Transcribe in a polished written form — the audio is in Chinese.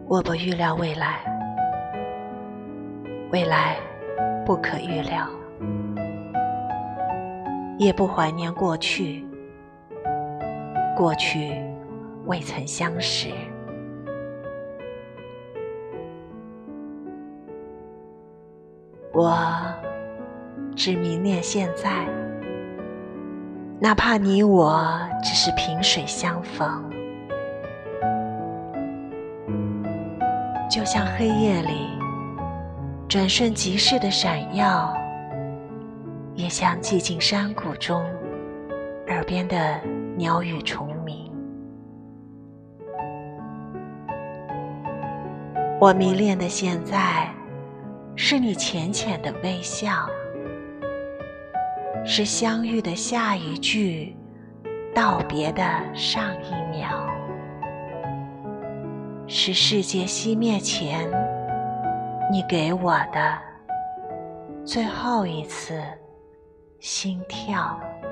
我不预料未来，未来不可预料，也不怀念过去，过去未曾相识。我只迷恋现在，哪怕你我只是萍水相逢。就像黑夜里转瞬即逝的闪耀，也像寂静山谷中耳边的鸟语虫鸣。我迷恋的现在，是你浅浅的微笑，是相遇的下一句，道别的上一秒，是世界熄灭前你给我的最后一次心跳。